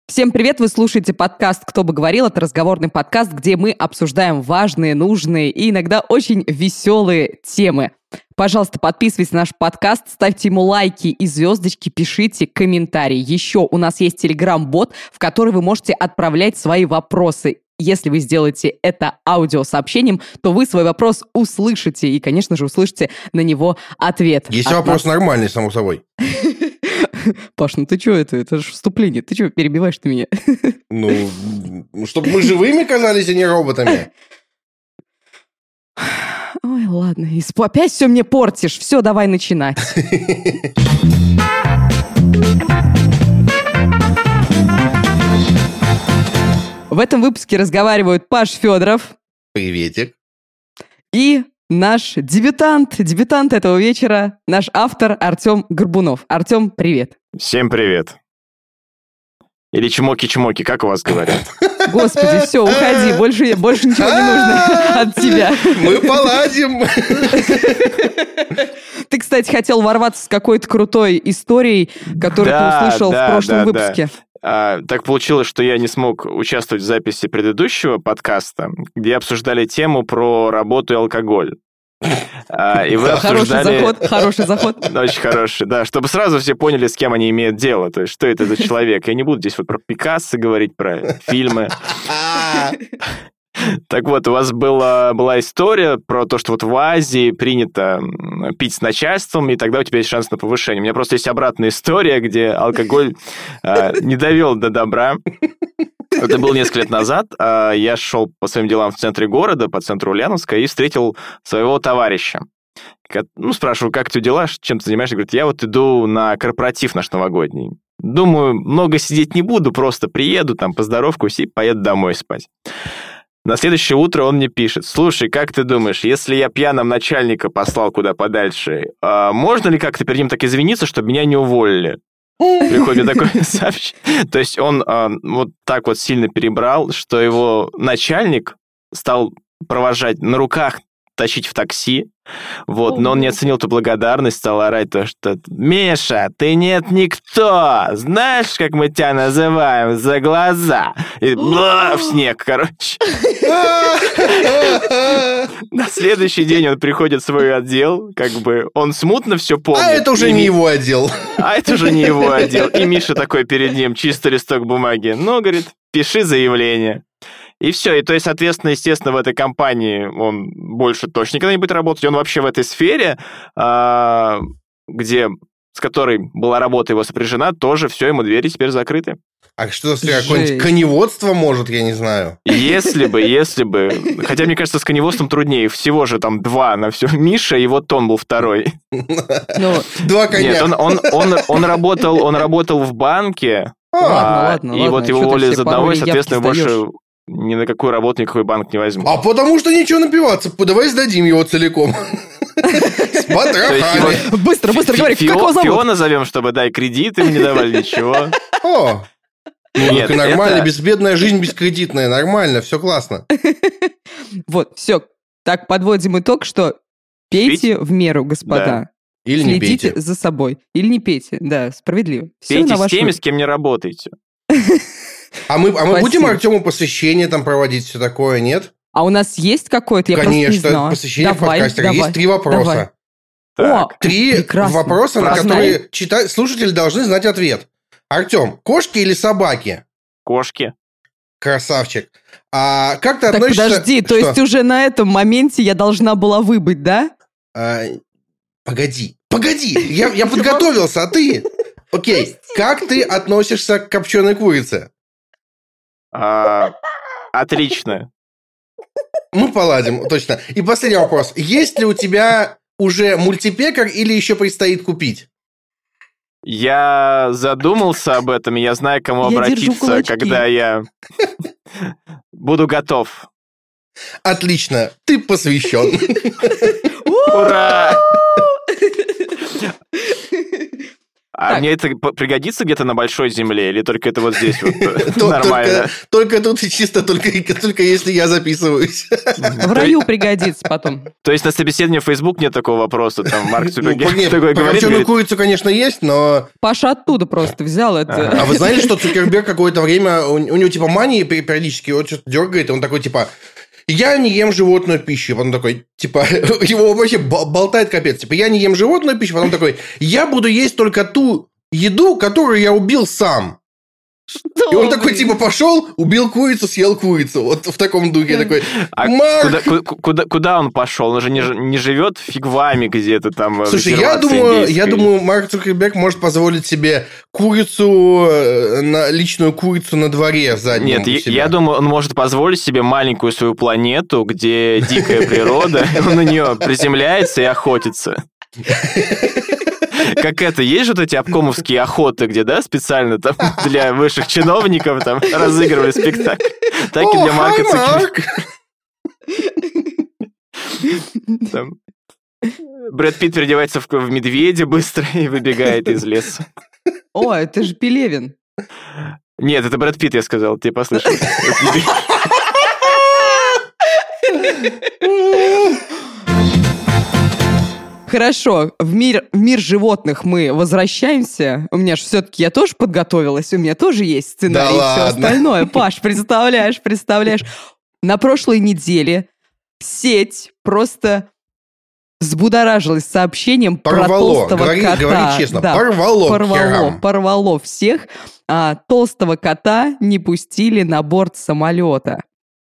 Всем привет, вы слушаете подкаст «Кто бы говорил». Это разговорный подкаст, где мы обсуждаем важные, нужные и иногда очень веселые темы. Пожалуйста, подписывайтесь на наш подкаст, ставьте ему лайки и звездочки, пишите комментарии. Еще у нас есть телеграм-бот, в который вы можете отправлять свои вопросы. Если вы сделаете это аудиосообщением, то вы свой вопрос услышите и, конечно же, услышите на него ответ. Есть вопрос нормальный, само собой. Паш, ну ты что это? Это же вступление. Ты что, перебиваешь ты меня? Ну, чтобы мы живыми казались, а не роботами. Ой, ладно. Опять все мне портишь. Все, давай начинать. В этом выпуске разговаривают Паш Федоров. Приветик. И наш дебютант этого вечера, наш автор Артем Горбунов. Артем, привет. Всем привет. Или чмоки-чмоки, как у вас говорят? Господи, все, уходи, больше ничего не нужно от тебя. Мы поладим. Ты, кстати, хотел ворваться с какой-то крутой историей, которую ты услышал в прошлом выпуске. Так получилось, что я не смог участвовать в записи предыдущего подкаста, где обсуждали тему про работу и алкоголь. И вы обсуждали... Хороший заход. Очень хороший, да. Чтобы сразу все поняли, с кем они имеют дело. То есть, что это за человек. Я не буду здесь вот про Пикассо говорить, про фильмы. Так вот, у вас была история про то, что вот в Азии принято пить с начальством, и тогда у тебя есть шанс на повышение. У меня просто есть обратная история, где алкоголь не довел до добра. Это было несколько лет назад. Я шел по своим делам в центре города, по центру Ульяновска, и встретил своего товарища. Ну, спрашиваю, как ты дела, чем ты занимаешься? Говорит, я вот иду на корпоратив наш новогодний. Думаю, много сидеть не буду, просто приеду, там, поздоровкаюсь и поеду домой спать. На следующее утро он мне пишет: слушай, как ты думаешь, если я пьяным начальника послал куда подальше, можно ли как-то перед ним так извиниться, чтобы меня не уволили? Приходит такое сообщение. То есть он вот так вот сильно перебрал, что его начальник стал провожать на руках, тащить в такси, вот, но он не оценил эту благодарность, стал орать то, что «Миша, ты нет никто! Знаешь, как мы тебя называем? За глаза!» И в снег, короче. На следующий день он приходит в свой отдел, как бы он смутно все помнит. А это уже не его отдел. И Миша такой перед ним, чистый листок бумаги. Ну, говорит, пиши заявление. И все. И то есть, соответственно, естественно, в этой компании он больше точно никогда не будет работать. Он вообще в этой сфере, с которой была работа его сопряжена, тоже все, ему двери теперь закрыты. А что, какое-нибудь коневодство может, я не знаю. Если бы. Хотя, мне кажется, с коневодством труднее. Всего же там два на все. Миша, и вот он был второй. Два коня. Нет, он работал в банке. Ладно. И вот его уволили из одного, и, соответственно, больше... Ни на какую работу никакой банк не возьму. А потому что нечего напиваться. Давай сдадим его целиком. С потрохами. Быстро говори, как его зовут? Фиона зовем, чтобы, и кредиты мне не давали, ничего. О, ну, нормально, безбедная жизнь бескредитная, нормально, все классно. Вот, все. Так, подводим итог, что пейте в меру, господа. Или не пейте. Следите за собой. Или не пейте, да, справедливо. Пейте с теми, с кем не работаете. А мы будем Артему посвящение там проводить, все такое, нет? А у нас есть какое-то? Я Конечно, посвящение в подкастерах. Есть 3 вопроса. О, 3 вопроса, на которые слушатели должны знать ответ. Артем, кошки или собаки? Кошки. Красавчик. А как ты относишься... Подожди, то есть уже на этом моменте я должна была выбыть, да? Погоди. Я подготовился, а ты... Окей, как ты относишься к копченой курице? Отлично. Мы поладим, точно. И последний вопрос. Есть ли у тебя уже мультипекарь или еще предстоит купить? Я задумался об этом, и я знаю, к кому обратиться, когда я буду готов. Отлично, ты посвящен. Ура! А мне это пригодится где-то на большой земле, или только это вот здесь вот нормально? Только тут и чисто, только если я записываюсь. В раю пригодится потом. То есть на собеседовании в Facebook нет такого вопроса, там Марк Цукерберг такой говорит? Копченую курицу, конечно, есть, но... Паша оттуда просто взял это. А вы знали, что Цукерберг какое-то время, у него типа мания периодически, вот что-то дергает, и он такой типа... Я не ем животную пищу. Потом такой, типа, его вообще болтает капец. Типа, я не ем животную пищу. Потом такой, я буду есть только ту еду, которую я убил сам. Что и он такой, типа, пошел, убил курицу, съел курицу. Вот в таком духе такой, Марк! Куда он пошел? Он же не живет фигвами где-то там. Слушай, я думаю, Марк Цукерберг может позволить себе личную курицу на дворе заднем. Нет, я думаю, он может позволить себе маленькую свою планету, где дикая природа, он на нее приземляется и охотится. Как это, есть же вот эти обкомовские охоты, где, да, специально там для высших чиновников там разыгрывали спектакль. Так и для Марка Цукерберга. Брэд Питт переодевается в медведя быстро и выбегает из леса. О, это же Пелевин. Нет, это Брэд Питт, я сказал, тебе послышалось. Хорошо, в мир животных мы возвращаемся. У меня же все-таки, я тоже подготовилась, у меня тоже есть сценарий и все остальное. Паш, представляешь. На прошлой неделе сеть просто взбудоражилась сообщением про толстого кота. Говори честно, да, порвало всех. Толстого кота не пустили на борт самолета.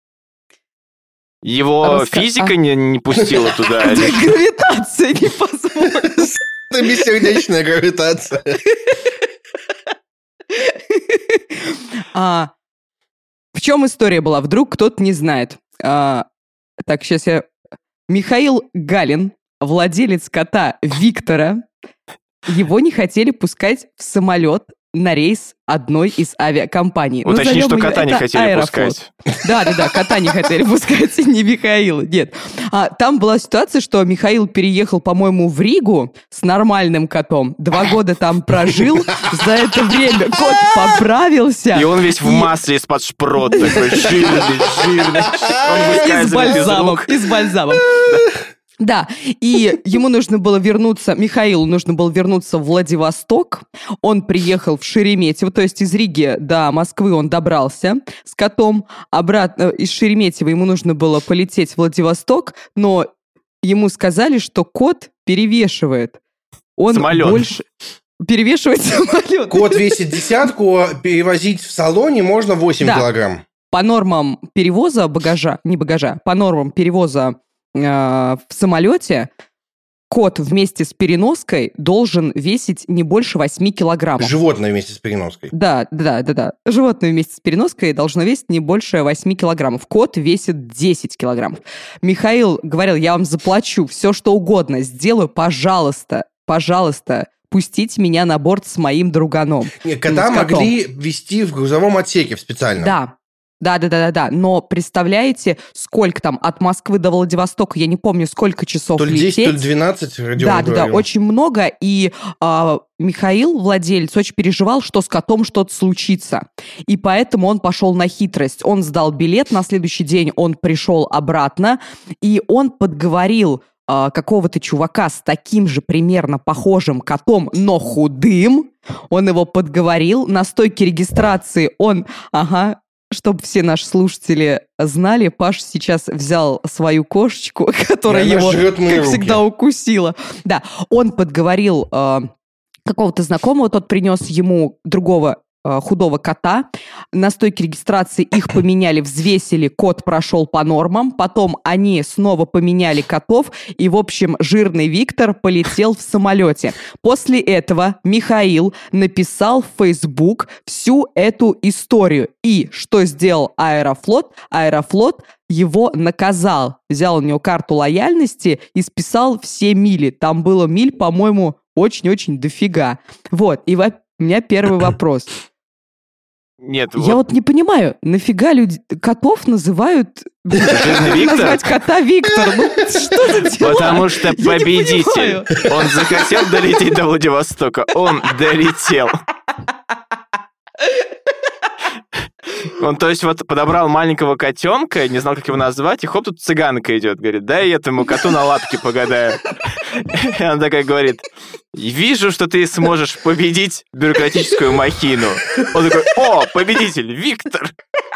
Его физика не пустила туда? Гравитация не позволила. Это бессердечная гравитация. В чем история была? Вдруг кто-то не знает. Так, сейчас я... Михаил Галин, владелец кота Виктора, его не хотели пускать в самолет на рейс одной из авиакомпаний. Уточни, что кота не хотели Аэрофлот. пускать. Да, кота не хотели пускать, не Михаила, нет. Там была ситуация, что Михаил переехал, по-моему, в Ригу с нормальным котом. 2 года там прожил. За это время кот поправился. И он весь в масле из-под шпрот такой жирный. И с бальзамом. Да, и Михаилу нужно было вернуться в Владивосток. Он приехал в Шереметьево, то есть из Риги до Москвы он добрался с котом. Обратно из Шереметьево ему нужно было полететь в Владивосток, но ему сказали, что кот перевешивает. Он самолет. Больше... Перевешивает самолет. Кот весит 10, перевозить в салоне можно 8 килограмм. По нормам перевоза по нормам перевоза в самолете кот вместе с переноской должен весить не больше 8 килограммов. Животное вместе с переноской. Да. Животное вместе с переноской должно весить не больше 8 килограммов. Кот весит 10 килограммов. Михаил говорил, я вам заплачу все, что угодно, сделаю, пожалуйста, пустите меня на борт с моим друганом. Кота могли везти в грузовом отсеке специально. Да. Но представляете, сколько там от Москвы до Владивостока, я не помню, сколько часов лететь. То ли 10, то ли 12, Родион говорил. Да, очень много. И Михаил, владелец, очень переживал, что с котом что-то случится. И поэтому он пошел на хитрость. Он сдал билет, на следующий день он пришел обратно, и он подговорил какого-то чувака с таким же примерно похожим котом, но худым. Он его подговорил. На стойке регистрации он... Чтобы все наши слушатели знали, Паш сейчас взял свою кошечку, которая его, как всегда, укусила. Да, он подговорил какого-то знакомого, тот принес ему другого худого кота. На стойке регистрации их поменяли, взвесили, кот прошел по нормам, потом они снова поменяли котов, и, в общем, жирный Виктор полетел в самолете. После этого Михаил написал в Facebook всю эту историю. И что сделал Аэрофлот? Аэрофлот его наказал. Взял у него карту лояльности и списал все мили. Там было миль, по-моему, очень-очень дофига. Вот, и у меня первый вопрос. Нет, Я вот не понимаю, нафига люди котов называют... Назвать кота Виктор. Ну, что за дела? Потому что победитель. Он захотел долететь до Владивостока. Он долетел. Он, то есть, вот подобрал маленького котенка, не знал, как его назвать, и хоп, тут цыганка идет, говорит, дай этому коту на лапки погадаю. И она такая говорит, вижу, что ты сможешь победить бюрократическую махину. Он такой, о, победитель, Виктор!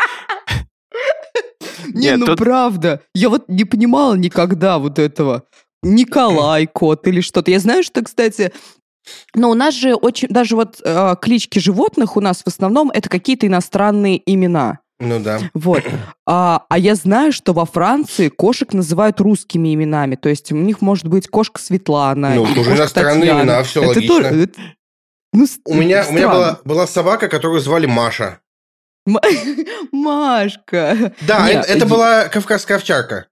Не, ну правда. Я вот не понимала никогда вот этого. Николай кот или что-то. Я знаю, что, кстати... Но у нас же очень... Даже вот клички животных у нас в основном это какие-то иностранные имена. Ну да. Вот. А я знаю, что во Франции кошек называют русскими именами. То есть у них может быть кошка Светлана. Ну, тоже иностранные имена, все это логично. Тоже, у меня была собака, которую звали Маша. Машка. Да, это была кавказская овчарка.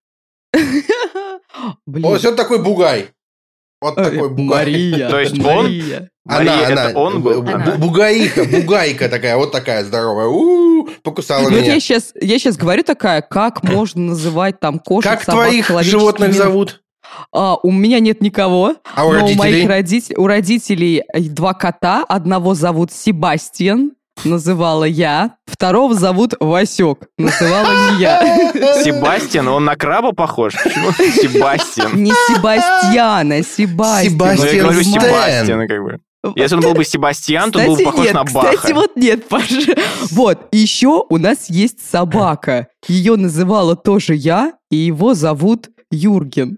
Блин. Вот такой бугай. Вот такой бугай. Мария. То есть Мария. Мария, это он был? Бугаиха такая, вот такая здоровая. Покусала меня. Я сейчас говорю такая, как можно называть там кошек, Как собак, твоих животных зовут? У меня нет никого. А у родителей? У родителей 2 кота. Одного зовут Себастьян, называла я. Второго зовут Васек, называла не я. Себастьян, он на краба похож? Почему Себастьян? Не Себастьяна, Себастьян. Ну, я говорю Себастьян, как бы. Если он был бы Себастьян, то он был бы похож на Баха. Кстати, вот нет, Паша. Вот, еще у нас есть собака. Ее называла тоже я, и его зовут Юрген.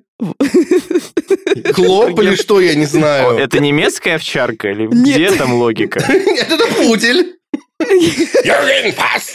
Клоп или что, я не знаю. Это немецкая овчарка? Или Нет. где там логика? Нет, это пудель. Юрген, пас!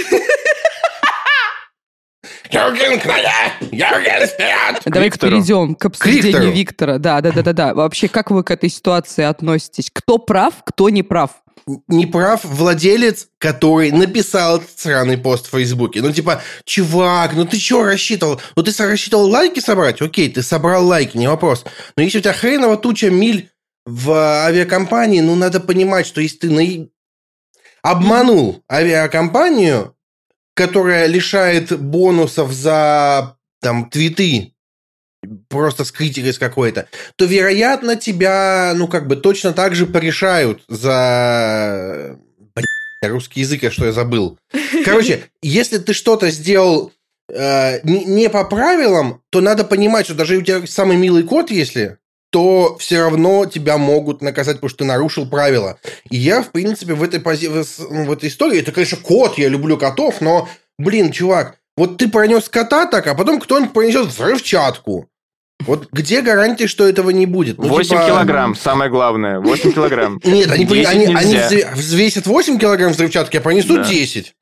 Юрген, кнага! Юрген, вперед! Давай-ка Виктору. перейдем к обсуждению Виктору. Виктора. Да. Вообще, как вы к этой ситуации относитесь? Кто прав, кто не прав? Не прав владелец, который написал этот сраный пост в Фейсбуке. Ну, типа, чувак, ну ты что рассчитывал? Ну, ты рассчитывал лайки собрать? Окей, ты собрал лайки, не вопрос. Но если у тебя хреново туча миль в авиакомпании, ну, надо понимать, что если ты обманул авиакомпанию, которая лишает бонусов за, там, твиты, просто с критикой с какой-то, то, вероятно, тебя, ну, как бы, точно так же порешают за... русский язык, что я забыл. Короче, если ты что-то сделал не по правилам, то надо понимать, что даже у тебя самый милый кот, если, то все равно тебя могут наказать, потому что ты нарушил правила. И я, в принципе, в этой истории, это, конечно, кот, я люблю котов, но, блин, чувак, вот ты пронес кота так, а потом кто-нибудь пронесет взрывчатку. Вот где гарантия, что этого не будет? 8 килограмм, самое главное. 8 килограмм. Нет, они взвесят 8 килограмм взрывчатки, а пронесут 10.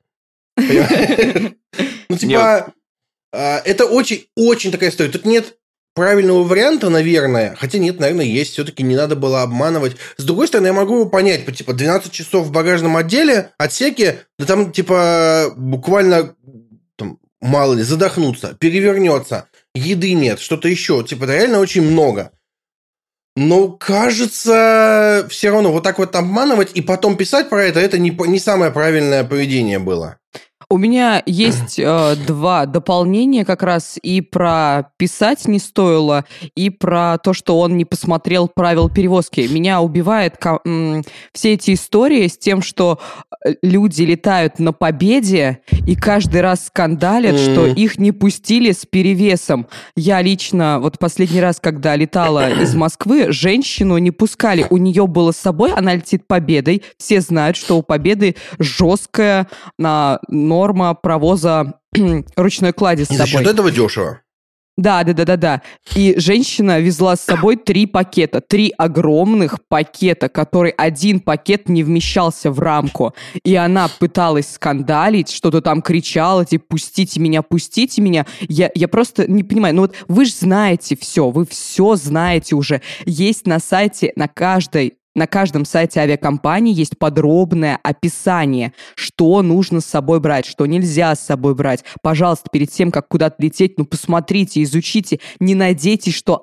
Ну, типа, это очень такая история. Тут нет правильного варианта, наверное. Хотя нет, наверное, есть. Все-таки не надо было обманывать. С другой стороны, я могу понять, типа, 12 часов в багажном отсеке, да там, типа, буквально, там, мало ли, задохнуться, перевернется. Еды нет, что-то еще. Типа, это реально очень много. Но, кажется, все равно вот так вот обманывать и потом писать про это не самое правильное поведение было. У меня есть 2 дополнения как раз и про писать не стоило, и про то, что он не посмотрел правил перевозки. Меня убивает все эти истории с тем, что люди летают на победе и каждый раз скандалят, что их не пустили с перевесом. Я лично, вот последний раз, когда летала из Москвы, женщину не пускали. У нее было с собой, она летит Победой. Все знают, что у Победы жесткая норма провоза ручной клади с собой. И за счет этого дешево. Да. И женщина везла с собой 3 пакета. 3 огромных пакета, которые один пакет не вмещался в рамку. И она пыталась скандалить, что-то там кричала, типа, пустите меня. Я просто не понимаю. Ну вот вы же знаете все, вы все знаете уже. Есть на сайте, на каждом сайте авиакомпании есть подробное описание, что нужно с собой брать, что нельзя с собой брать. Пожалуйста, перед тем, как куда-то лететь, посмотрите, изучите. Не надейтесь, что,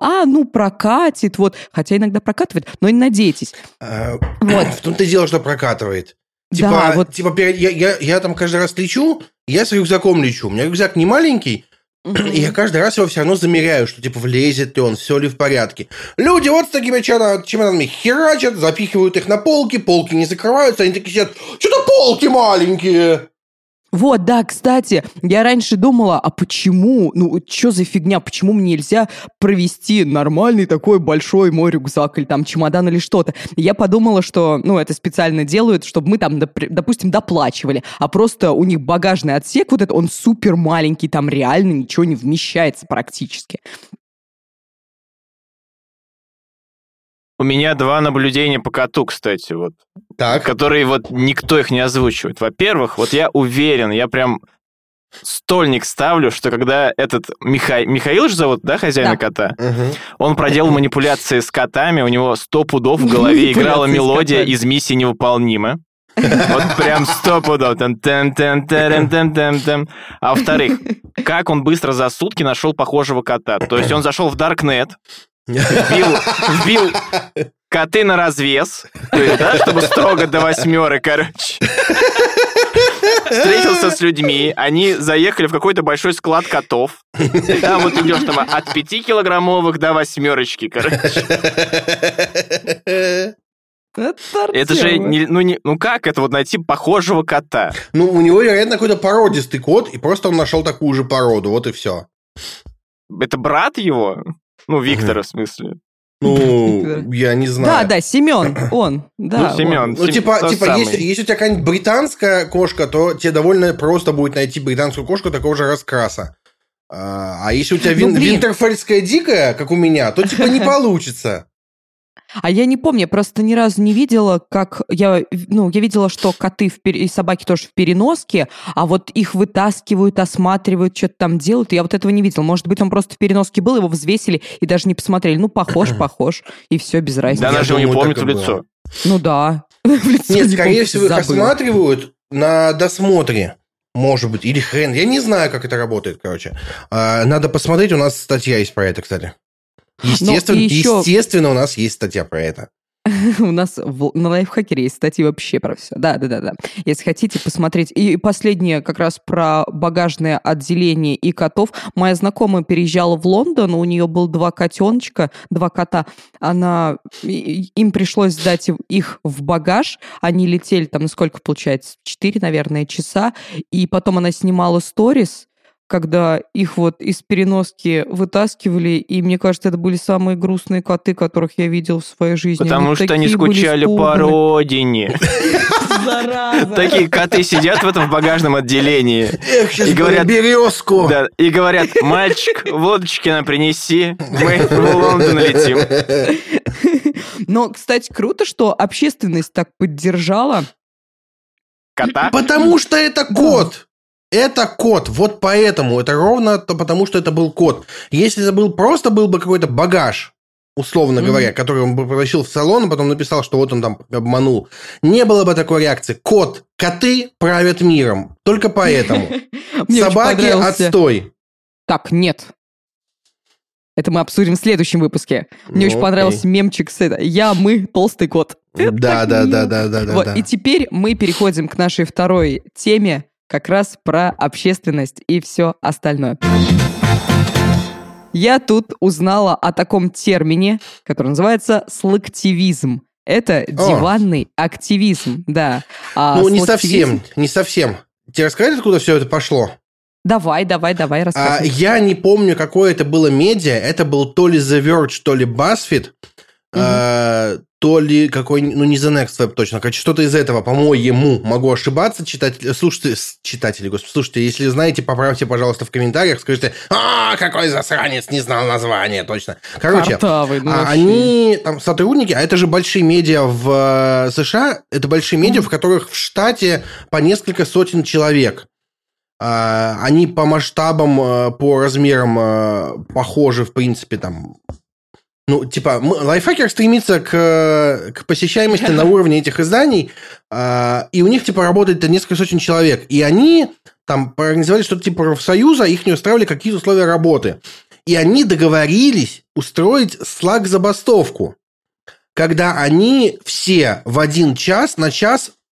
прокатит, вот. Хотя иногда прокатывает, но не надейтесь. Вот. В том-то и дело, что прокатывает. Да, вот... Я там каждый раз лечу, я с рюкзаком лечу. У меня рюкзак не маленький, и я каждый раз его все равно замеряю, что типа влезет ли он, все ли в порядке. Люди вот с такими чемоданами херачат, запихивают их на полки не закрываются, они такие сидят, что-то полки маленькие. Вот, да, кстати, я раньше думала, а почему, что за фигня, почему мне нельзя провести нормальный такой большой мой рюкзак или там чемодан или что-то. И я подумала, что, это специально делают, чтобы мы там, допустим, доплачивали, а просто у них багажный отсек вот этот, он супер маленький, там реально ничего не вмещается практически. У меня 2 наблюдения по коту, кстати, вот. Так. Которые вот никто их не озвучивает. Во-первых, вот я уверен, я прям стольник ставлю, что когда этот Михаил же зовут, да, хозяина кота? Он проделал манипуляции с котами, у него 100 пудов в голове играла мелодия из «Миссии невыполнима». Вот прям 100 пудов. А во-вторых, как он быстро за сутки нашел похожего кота? То есть он зашел в Даркнет, вбил коты на развес, то есть, да, чтобы строго до 8, короче. Встретился с людьми, они заехали в какой-то большой склад котов. Там вот идешь там от 5-килограммовых до 8, короче. Это же, как это вот найти похожего кота? У него, вероятно, какой-то породистый кот, и просто он нашел такую же породу, вот и все. Это брат его? Виктора, в смысле. Я не знаю. Да, Семен, он. Да, Семен. Если у тебя какая-нибудь британская кошка, то тебе довольно просто будет найти британскую кошку такого же раскраса. А если у тебя винтерфельдская дикая, как у меня, то типа не получится. А я не помню, я просто ни разу не видела, как... Я видела, что коты и собаки тоже в переноске, а вот их вытаскивают, осматривают, что-то там делают. Я вот этого не видела. Может быть, он просто в переноске был, его взвесили и даже не посмотрели. похож, и все, без разницы. Да, она же его не помнит в лицо. Да. Нет, скорее всего, их осматривают на досмотре. Может быть, или хрен. Я не знаю, как это работает, короче. Надо посмотреть, у нас статья есть про это, кстати. Естественно, у нас есть статья про это. У нас на Лайфхакере есть статьи вообще про все. Да. Если хотите посмотреть. И последнее как раз про багажное отделение и котов. Моя знакомая переезжала в Лондон, у нее был 2 кота. Им пришлось сдать их в багаж. Они летели там, сколько получается? 4, наверное, часа. И потом она снимала сторис, когда их вот из переноски вытаскивали, и мне кажется, это были самые грустные коты, которых я видел в своей жизни. Потому что они скучали по родине. Зараза. Такие коты сидят в этом багажном отделении. И говорят, березку. Да, и говорят, мальчик, водочки нам принеси, мы в Лондон летим. Но, кстати, круто, что общественность так поддержала. Кота? Потому что это кот. Это кот, вот поэтому, это ровно потому, что это был кот. Если это был бы какой-то багаж, условно говоря, который он бы притащил в салон, а потом написал, что вот он там обманул, не было бы такой реакции. Коты правят миром, только поэтому. Собаки отстой. Так, нет. Это мы обсудим в следующем выпуске. Мне очень понравился мемчик с это. Мы, толстый кот. Да. И теперь мы переходим к нашей второй теме, как раз про общественность и все остальное. Я тут узнала о таком термине, который называется слактивизм. Это диванный активизм, да. Не совсем. Тебе рассказать, откуда все это пошло? Давай, рассказывай. Я не помню, какое это было медиа. Это был то ли The Verge, то ли BuzzFeed. То ли какой, не The Next Web точно, что-то из этого, по-моему, могу ошибаться, читатели, господи, слушайте, если знаете, поправьте, пожалуйста, в комментариях, скажите, какой засранец, не знал названия, точно. Короче, они там сотрудники, а это же большие медиа в США, это большие медиа, в которых в штате по несколько сотен человек. Они по масштабам, по размерам похожи, в принципе, там... Лайфхакер стремится к посещаемости на уровне этих изданий, и у них, работает несколько сотен человек. И они там организовали что-то типа профсоюза, их не устраивали какие-то условия работы. И они договорились устроить Slack-забастовку, когда они все в 1 час на час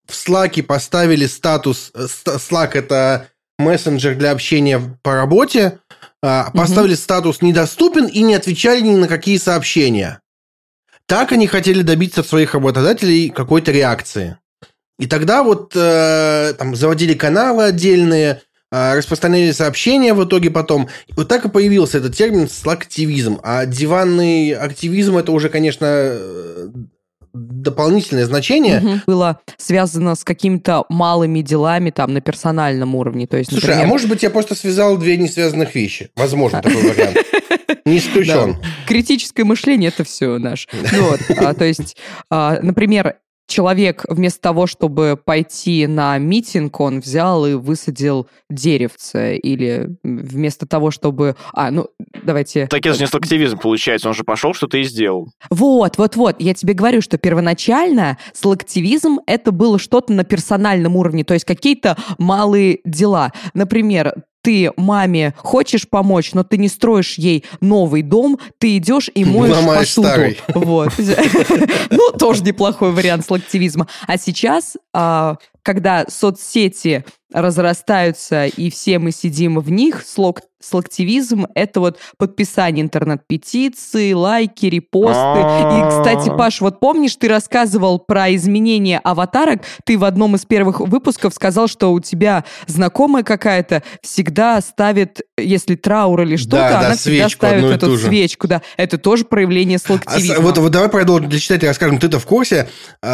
в Slack поставили статус... Slack — это мессенджер для общения по работе. Поставили статус «недоступен» и не отвечали ни на какие сообщения. Так они хотели добиться от своих работодателей какой-то реакции. И тогда вот там заводили каналы отдельные, распространяли сообщения в итоге потом. И вот так и появился этот термин «слактивизм». А диванный активизм – это уже, конечно, дополнительное значение. Было связано с какими-то малыми делами там на персональном уровне. То есть, слушай, например... а может быть, я просто связал две несвязанных вещи? Возможно, такой вариант. Не исключен. Да. Критическое мышление – это все наше. То есть, например, человек вместо того, чтобы пойти на митинг, он взял и высадил деревце. Или вместо того, чтобы... давайте... Так это же не слактивизм получается, он же пошел, что-то и сделал. Вот. Я тебе говорю, что первоначально слактивизм – это было что-то на персональном уровне, то есть какие-то малые дела. Например, ты маме хочешь помочь, но ты не строишь ей новый дом, ты идешь и моешь посуду. Старый. Вот. Ну, тоже неплохой вариант слактивизма. А сейчас, когда соцсети разрастаются, и все мы сидим в них, слактивизм – это вот подписание интернет-петиции, лайки, репосты. И, кстати, Паш, вот помнишь, ты рассказывал про изменение аватарок, ты в одном из первых выпусков сказал, что у тебя знакомая какая-то всегда ставит, если траур или что-то, она всегда ставит эту свечку. Да. Это тоже проявление слактивизма. Вот давай продолжим для читателей, расскажем. Ты-то в курсе,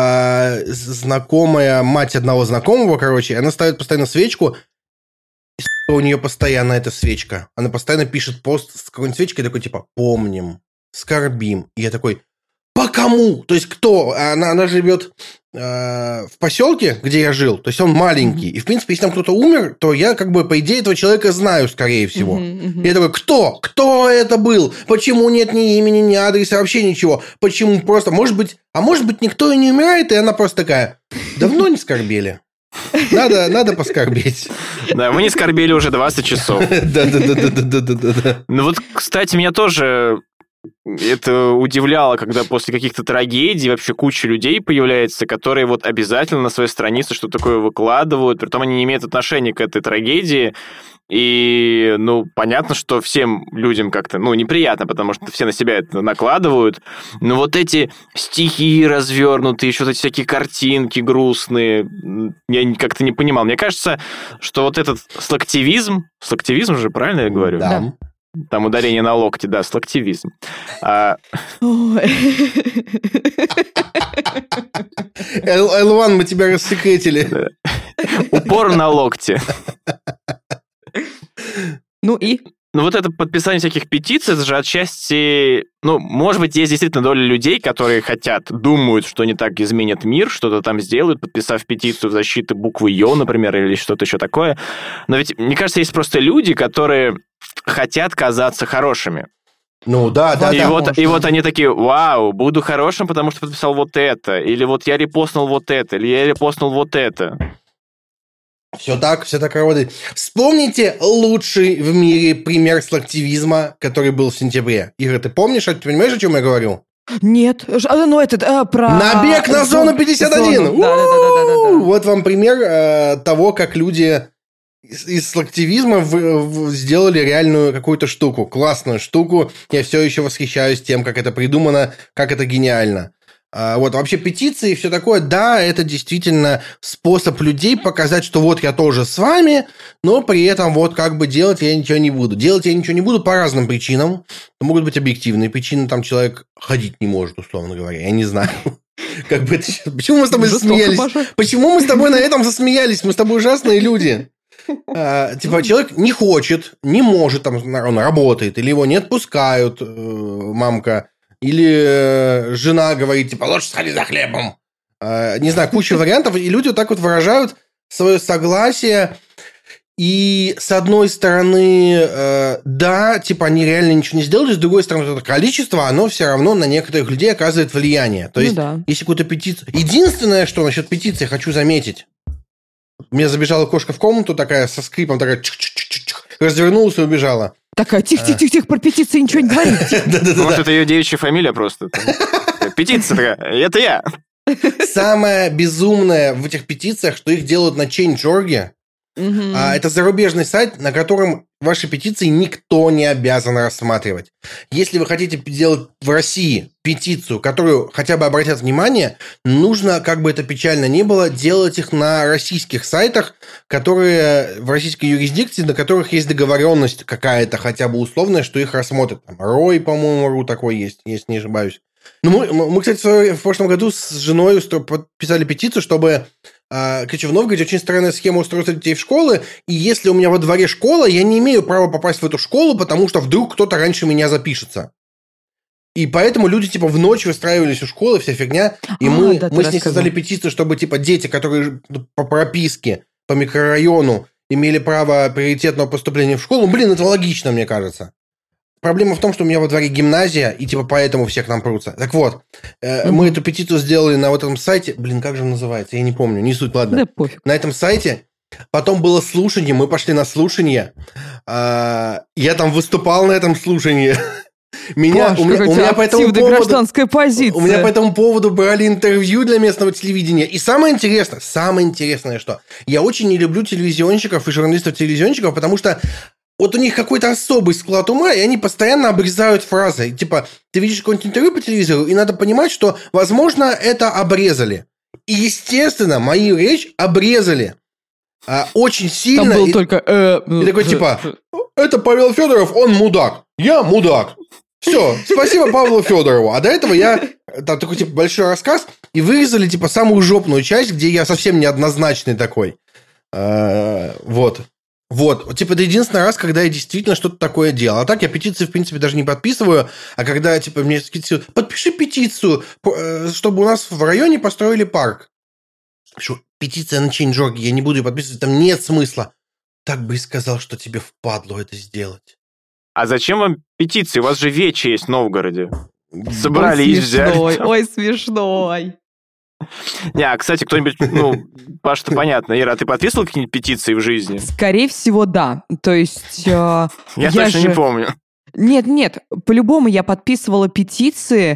знакомая мать одного знакомого, она ставит постоянно свечку, и у нее постоянно эта свечка. Она постоянно пишет пост с какой-нибудь свечкой, такой типа «помним», «скорбим». И я такой «по кому?» То есть кто? Она живет в поселке, где я жил, то есть он маленький. И, в принципе, если там кто-то умер, то я, по идее, этого человека знаю, скорее всего. И я такой «кто? Кто это был? Почему нет ни имени, ни адреса, вообще ничего? Почему просто? Может быть, никто и не умирает, и она просто такая «давно не скорбели». Надо поскорбеть. Да, мы не скорбели уже 20 часов. Да. Ну вот, кстати, меня тоже это удивляло, когда после каких-то трагедий вообще куча людей появляется, которые вот обязательно на своей странице что-то такое выкладывают, притом они не имеют отношения к этой трагедии. И, понятно, что всем людям как-то, неприятно, потому что все на себя это накладывают. Но вот эти стихи развернутые, еще вот эти всякие картинки грустные, я как-то не понимал. Мне кажется, что вот этот слактивизм же, правильно я говорю? Да. Там ударение на локте, да, слактивизм. L1, мы тебя рассекретили. Упор на локте. И? Вот это подписание всяких петиций, это же отчасти... может быть, есть действительно доля людей, которые думают, что они так изменят мир, что-то там сделают, подписав петицию в защиту буквы «Ё», например, или что-то еще такое. Но ведь, мне кажется, есть просто люди, которые хотят казаться хорошими. Да. И вот они такие: вау, буду хорошим, потому что подписал вот это. Или вот я репостнул вот это. Или я репостнул вот это. Все так работает. Вспомните лучший в мире пример слактивизма, который был в сентябре. Ира, ты помнишь, ты понимаешь, о чем я говорю? Нет. Про... Набег на зону 51! Да. Вот вам пример того, как люди из слактивизма сделали реальную какую-то штуку. Классную штуку. Я все еще восхищаюсь тем, как это придумано, как это гениально. Вообще петиции и все такое, да, это действительно способ людей показать, что вот я тоже с вами, но при этом делать я ничего не буду. Делать я ничего не буду по разным причинам. Могут быть объективные причины, там человек ходить не может, условно говоря, я не знаю. Почему мы с тобой засмеялись? Почему мы с тобой на этом засмеялись? Мы с тобой ужасные люди. Человек не хочет, не может, он работает, или его не отпускают, мамка. Или жена говорит, лучше сходи за хлебом. Не знаю, куча вариантов. И люди вот так вот выражают свое согласие. И с одной стороны, да, они реально ничего не сделали. С другой стороны, это количество, оно все равно на некоторых людей оказывает влияние. То есть, если какую-то петицию... Единственное, что насчет петиции хочу заметить. Мне забежала кошка в комнату такая, со скрипом, такая... развернулась и убежала. Такая, тихо, про петиции ничего не говори. Может, это ее девичья фамилия просто. Петиция такая, это я. Самое безумное в этих петициях, что их делают на Change.org. Это зарубежный сайт, на котором ваши петиции никто не обязан рассматривать. Если вы хотите делать в России петицию, которую хотя бы обратят внимание, нужно, как бы это печально ни было, делать их на российских сайтах, которые в российской юрисдикции, на которых есть договоренность какая-то, хотя бы условная, что их рассмотрят. Там Рой, по-моему, РУ такой есть, если не ошибаюсь. Мы, кстати, в прошлом году с женой подписали петицию, чтобы... Короче, в Новгороде очень странная схема устройства детей в школы, и если у меня во дворе школа, я не имею права попасть в эту школу, потому что вдруг кто-то раньше меня запишется. И поэтому люди, типа, в ночь выстраивались у школы, вся фигня, и мы с ней создали петицию, чтобы, типа, дети, которые по прописке, по микрорайону имели право приоритетного поступления в школу, это логично, мне кажется. Проблема в том, что у меня во дворе гимназия, и типа поэтому все к нам прутся. Так вот, мы эту петицию сделали на вот этом сайте. Как же он называется? Я не помню, не суть, ладно. Да пофиг. На этом сайте. Потом было слушание, мы пошли на слушание. Я там выступал на этом слушании. У меня гражданская позиция. У меня по этому поводу брали интервью для местного телевидения. И самое интересное, что я очень не люблю телевизионщиков и журналистов-телевизионщиков, потому что вот у них какой-то особый склад ума, и они постоянно обрезают фразы. Типа, ты видишь какое-нибудь интервью по телевизору, и надо понимать, что, возможно, это обрезали. И, естественно, мою речь обрезали. Очень сильно. Там был только... И такой, типа, это Павел Федоров, он мудак. Я мудак. Все, спасибо Павлу Федорову. А до этого там такой, типа, большой рассказ, и вырезали, типа, самую жопную часть, где я совсем неоднозначный такой. Вот, типа, это единственный раз, когда я действительно что-то такое делал. А так я петиции, в принципе, даже не подписываю. А когда, типа, мне скидывают, подпиши петицию, чтобы у нас в районе построили парк. Что, петиция на Change.org, я не буду ее подписывать, там нет смысла. Так бы и сказал, что тебе впадло это сделать. А зачем вам петиции? У вас же вече есть в Новгороде. Собрались, взяли. Ой, смешной. Кстати, кто-нибудь, Паша-то понятно. Ира, а ты подписывал какие-нибудь петиции в жизни? Скорее всего, да. То есть... Я точно не помню. Нет, по-любому я подписывала петиции,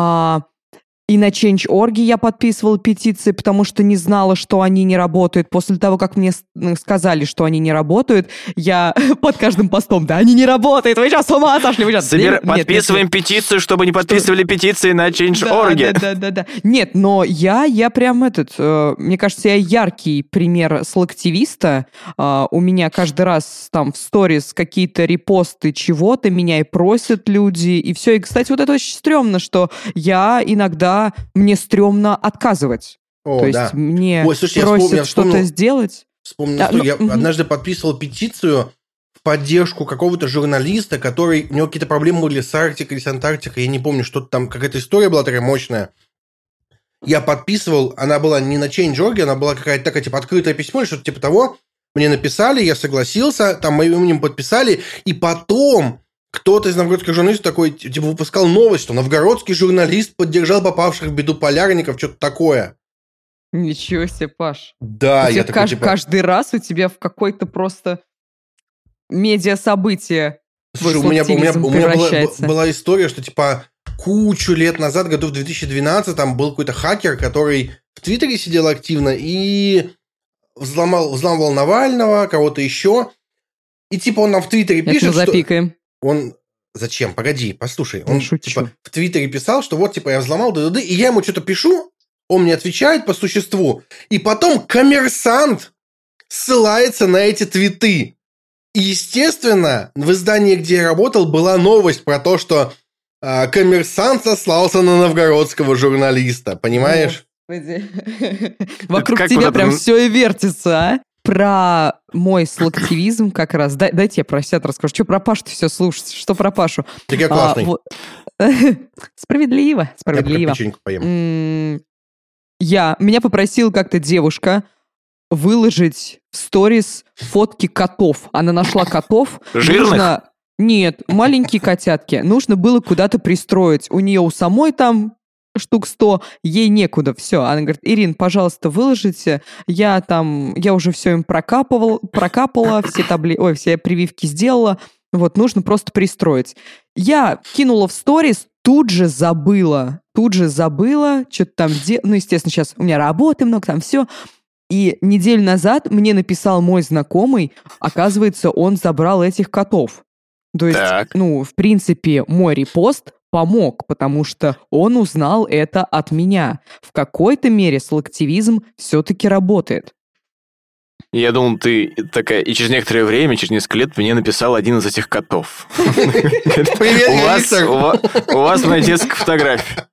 и на Change.org я подписывала петиции, потому что не знала, что они не работают. После того, как мне сказали, что они не работают, я под каждым постом, да, они не работают, вы сейчас с ума сошли, вы сейчас... Подписываем петицию, чтобы не подписывали петиции на Change.org. Да. Нет, но я прям мне кажется, я яркий пример слактивиста. У меня каждый раз там в сторис какие-то репосты чего-то, меня и просят люди, и все. И, кстати, вот это очень стрёмно, что я иногда мне стрёмно отказывать. То есть мне просят что-то сделать. Вспомнил, что я однажды подписывал петицию в поддержку какого-то журналиста, у него какие-то проблемы были с Арктикой или с Антарктикой, я не помню, что-то там, какая-то история была такая мощная. Я подписывал, она была не на Change.org, она была какая-то такая, типа, открытое письмо или что-то типа того. Мне написали, я согласился, там моим именем подписали, и потом... Кто-то из новгородских журналистов такой, типа, выпускал новость, что новгородский журналист поддержал попавших в беду полярников, что-то такое. Ничего себе, Паш. Да, я такой, типа... Каждый раз у тебя в какой-то просто медиа-событие. Слушай, у меня была история, что, типа, кучу лет назад, году в 2012, там был какой-то хакер, который в Твиттере сидел активно и взламывал Навального, кого-то еще. И, типа, он нам в Твиттере пишет, что... запикаем. Он... Зачем? Погоди, послушай. Он типа, в Твиттере писал, что вот, типа, я взломал, и я ему что-то пишу, он мне отвечает по существу, и потом Коммерсант ссылается на эти твиты. И, естественно, в издании, где я работал, была новость про то, что Коммерсант сослался на новгородского журналиста, понимаешь? Вокруг тебя прям все и вертится, а? Про мой слактивизм как раз. Дайте я про себя расскажу. Что про Пашу-то все слушать? Что про Пашу? Так я классный. Справедливо. Я печеньку поем. Меня попросила как-то девушка выложить в сторис фотки котов. Она нашла котов. Жирных? Нет, маленькие котятки. Нужно было куда-то пристроить. У нее у самой там штук 100, ей некуда, все. Она говорит, Ирин, пожалуйста, выложите, я уже все им прокапала, все прививки сделала, вот, нужно просто пристроить. Я кинула в сторис тут же забыла, что-то там, ну, естественно, сейчас у меня работы много, там все. И неделю назад мне написал мой знакомый, оказывается, он забрал этих котов. То есть, ну, в принципе, мой репост помог, потому что он узнал это от меня. В какой-то мере слоктивизм все-таки работает. Я думал, ты такая, и через некоторое время, через несколько лет, мне написал один из этих котов. Привет, у вас моя детская фотография.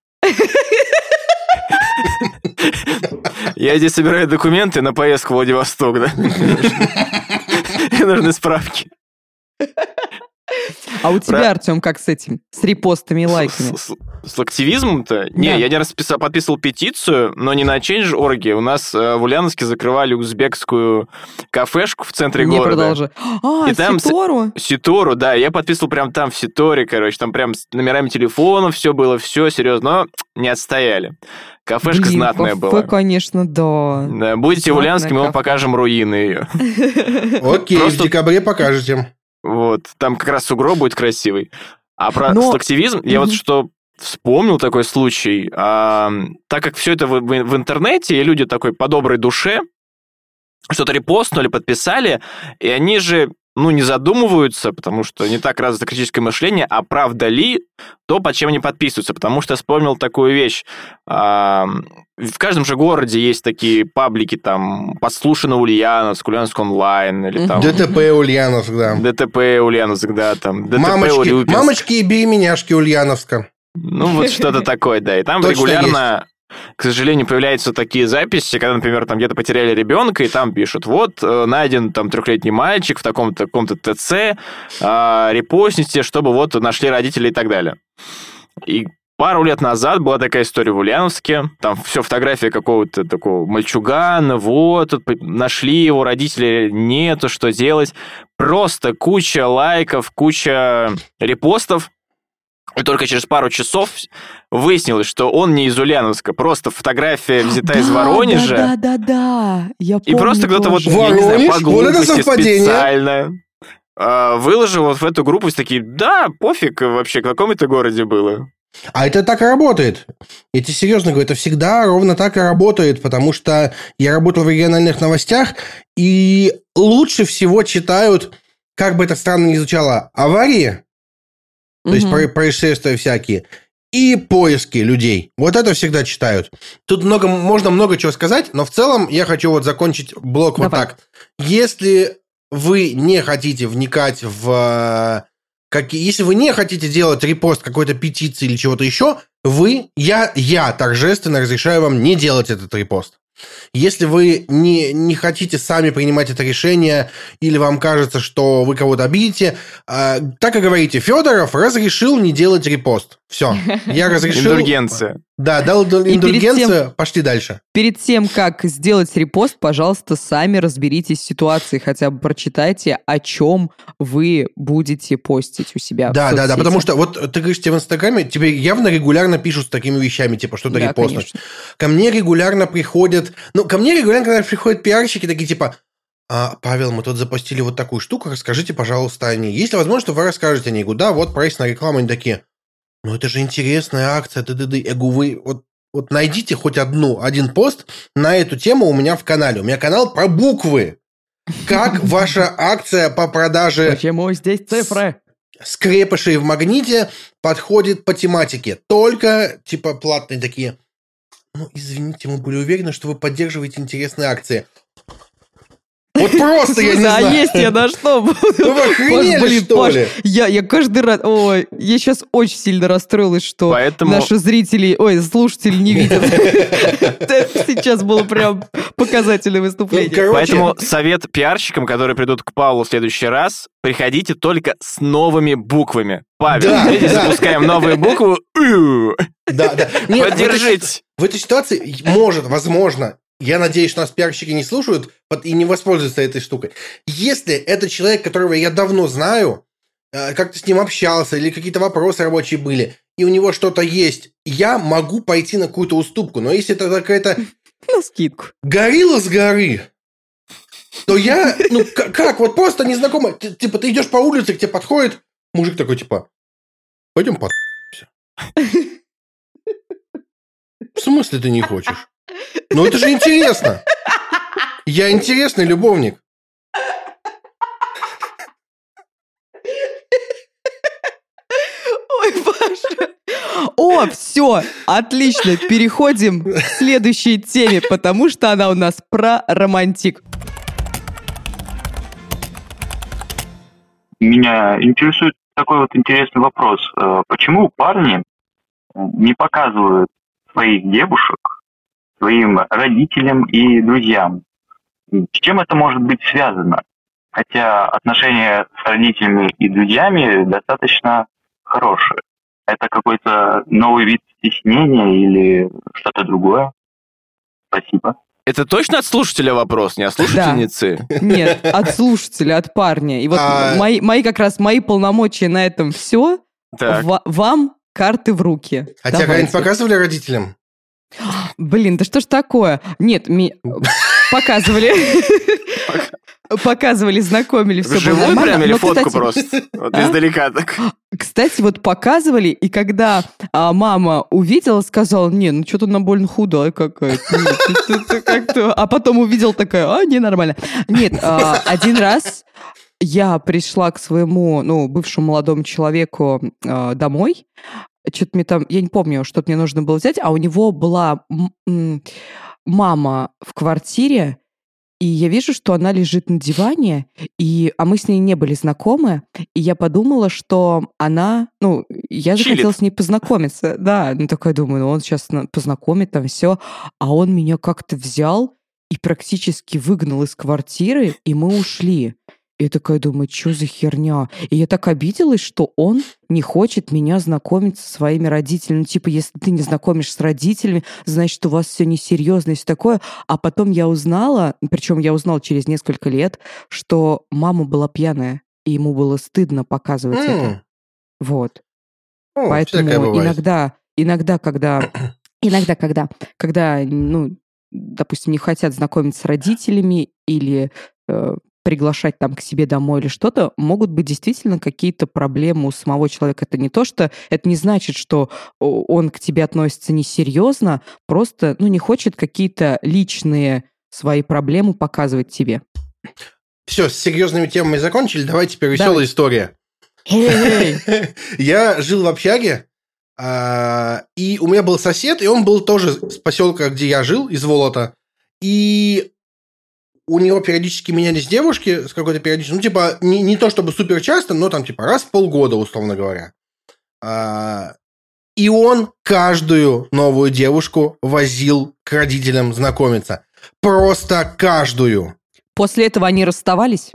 Я здесь собираю документы на поездку в Владивосток, да? Мне нужны справки. А у тебя, Артем, как с этим? С репостами и лайками? С активизмом-то? Да. Не, я не раз подписывал петицию, но не на Change.org. У нас в Ульяновске закрывали узбекскую кафешку в центре города. Продолжи. И там Ситору? Ситору, да. Я подписывал прям там в Ситоре, короче. Там прям с номерами телефонов все было, все серьезно. Но не отстояли. Кафешка знатная была. Вы, конечно, да. Будете в Ульяновске, мы вам покажем руины ее. Окей, в декабре покажете. Вот, там как раз сугроб будет красивый. А про слоктивизм, я вот что вспомнил такой случай. Так как все это в интернете, и люди такой по доброй душе что-то репостнули, подписали, и они же, ну, не задумываются, потому что не так развито критическое мышление, а правда ли то, под чем они подписываются. Потому что я вспомнил такую вещь. В каждом же городе есть такие паблики, там, «Подслушано Ульяновск», «Ульяновск онлайн», или там... ДТП Ульяновск, да. ДТП Ульяновск, да, там, ДТП Урюпинск. Мамочки и беременяшки Ульяновска. Ну, вот что-то такое, да. И там регулярно, к сожалению, появляются такие записи, когда, например, там где-то потеряли ребенка, и там пишут, вот, найден там 3-летний мальчик в таком-то ТЦ, репостните, чтобы вот нашли родителей и так далее. И пару лет назад была такая история в Ульяновске, там все фотография какого-то такого мальчугана, вот, тут нашли его, родителей нету, что делать. Просто куча лайков, куча репостов. И только через пару часов выяснилось, что он не из Ульяновска, просто фотография взята из Воронежа. Да, я помню. И просто кто-то вот, я не знаю, по глупости специально выложил вот в эту группу, и такие, да, пофиг вообще, в каком это городе было. А это так и работает. Я тебе серьезно говорю, это всегда ровно так и работает, потому что я работал в региональных новостях, и лучше всего читают, как бы это странно ни звучало, аварии, то есть происшествия всякие, и поиски людей. Вот это всегда читают. Тут можно много чего сказать, но в целом я хочу вот закончить блок вот так. Если вы не хотите вникать в... Если вы не хотите делать репост какой-то петиции или чего-то еще, я торжественно разрешаю вам не делать этот репост. Если вы не хотите сами принимать это решение, или вам кажется, что вы кого-то обидите, так и говорите, Федоров разрешил не делать репост. Все, я разрешил... Индульгенция. Да, дал индульгенцию, пошли дальше. Перед тем, как сделать репост, пожалуйста, сами разберитесь в ситуации, хотя бы прочитайте, о чем вы будете постить у себя в соцсети. Да, потому что вот ты говоришь, тебе в Инстаграме, тебе явно регулярно пишут с такими вещами, типа что-то репостнуть. Конечно. Ко мне регулярно приходят, когда приходят пиарщики, такие типа, Павел, мы тут запостили вот такую штуку, расскажите, пожалуйста, о ней. Есть ли возможность, что вы расскажете о ней? Да, вот проектная реклама, они такие, ну это же интересная акция, Я говорю, вы вот найдите хоть один пост на эту тему у меня в канале. У меня канал про буквы. Как ваша акция по продаже... Почему здесь цифры? Скрепышей в магните подходит по тематике. Только, типа, платные такие. Ну, извините, мы были уверены, что вы поддерживаете интересные акции. Вот просто я не знаю. А есть я на что буду? Ну вы охренели, что ли? Я каждый раз... Ой, я сейчас очень сильно расстроилась, что наши зрители... слушатели не видят. Сейчас было прям показательное выступление. Поэтому совет пиарщикам, которые придут к Павлу в следующий раз, приходите только с новыми буквами. Павел, запускаем новые буквы. Да. Поддержите. В этой ситуации возможно... Я надеюсь, что нас пиарщики не слушают и не воспользуются этой штукой. Если это человек, которого я давно знаю, как-то с ним общался, или какие-то вопросы рабочие были, и у него что-то есть, я могу пойти на какую-то уступку. Но если это какая-то... На скидку. Горилла с горы, то я... как? Вот просто незнакомый... Типа, ты идешь по улице, к тебе подходит мужик такой, типа, пойдем В смысле ты не хочешь? Ну, это же интересно. Я интересный любовник. Ой, Паша. О, все, отлично, переходим к следующей теме, потому что она у нас про романтик. Меня интересует такой вот интересный вопрос. Почему парни не показывают своих девушек своим родителям и друзьям? С чем это может быть связано? Хотя отношения с родителями и друзьями достаточно хорошие. Это какой-то новый вид стеснения или что-то другое? Спасибо. Это точно от слушателя вопрос, не от слушательницы? Да. Нет, от слушателя, от парня. И вот мои полномочия на этом все. Вам карты в руки. А тебя когда-нибудь показывали родителям? Блин, да что ж такое? Нет, показывали. Показывали, знакомили, все было нормально. Прям или фотку просто? Вот издалека так. Кстати, вот показывали, и когда мама увидела, сказала, не, ну что-то она больно худая какая-то. А потом увидел такая, не, нормально. Нет, один раз я пришла к своему, бывшему молодому человеку домой, что-то мне там, я не помню, что-то мне нужно было взять, а у него была мама в квартире, и я вижу, что она лежит на диване, а мы с ней не были знакомы, и я подумала, что она, я захотела с ней познакомиться. Да, такая думаю, он сейчас познакомит, там все, а он меня как-то взял и практически выгнал из квартиры, и мы ушли. И я такая думаю, что за херня? И я так обиделась, что он не хочет меня знакомить со своими родителями. Если ты не знакомишь с родителями, значит, у вас все несерьезно и все такое. А потом я узнала, причем я узнала через несколько лет, что мама была пьяная, и ему было стыдно показывать это. Вот. Поэтому иногда, когда, допустим, не хотят знакомиться с родителями или приглашать там к себе домой или что-то, могут быть действительно какие-то проблемы у самого человека. Это не то, что... Это не значит, что он к тебе относится несерьезно, просто, не хочет какие-то личные свои проблемы показывать тебе. Все, с серьезными темами закончили, давай теперь веселая история. Я жил в общаге, и у меня был сосед, и он был тоже с поселка, где я жил, из Волота, и у него периодически менялись девушки с какой-то периодичностью. Не то чтобы супер часто, но там раз в полгода, условно говоря. И он каждую новую девушку возил к родителям знакомиться. Просто каждую. После этого они расставались?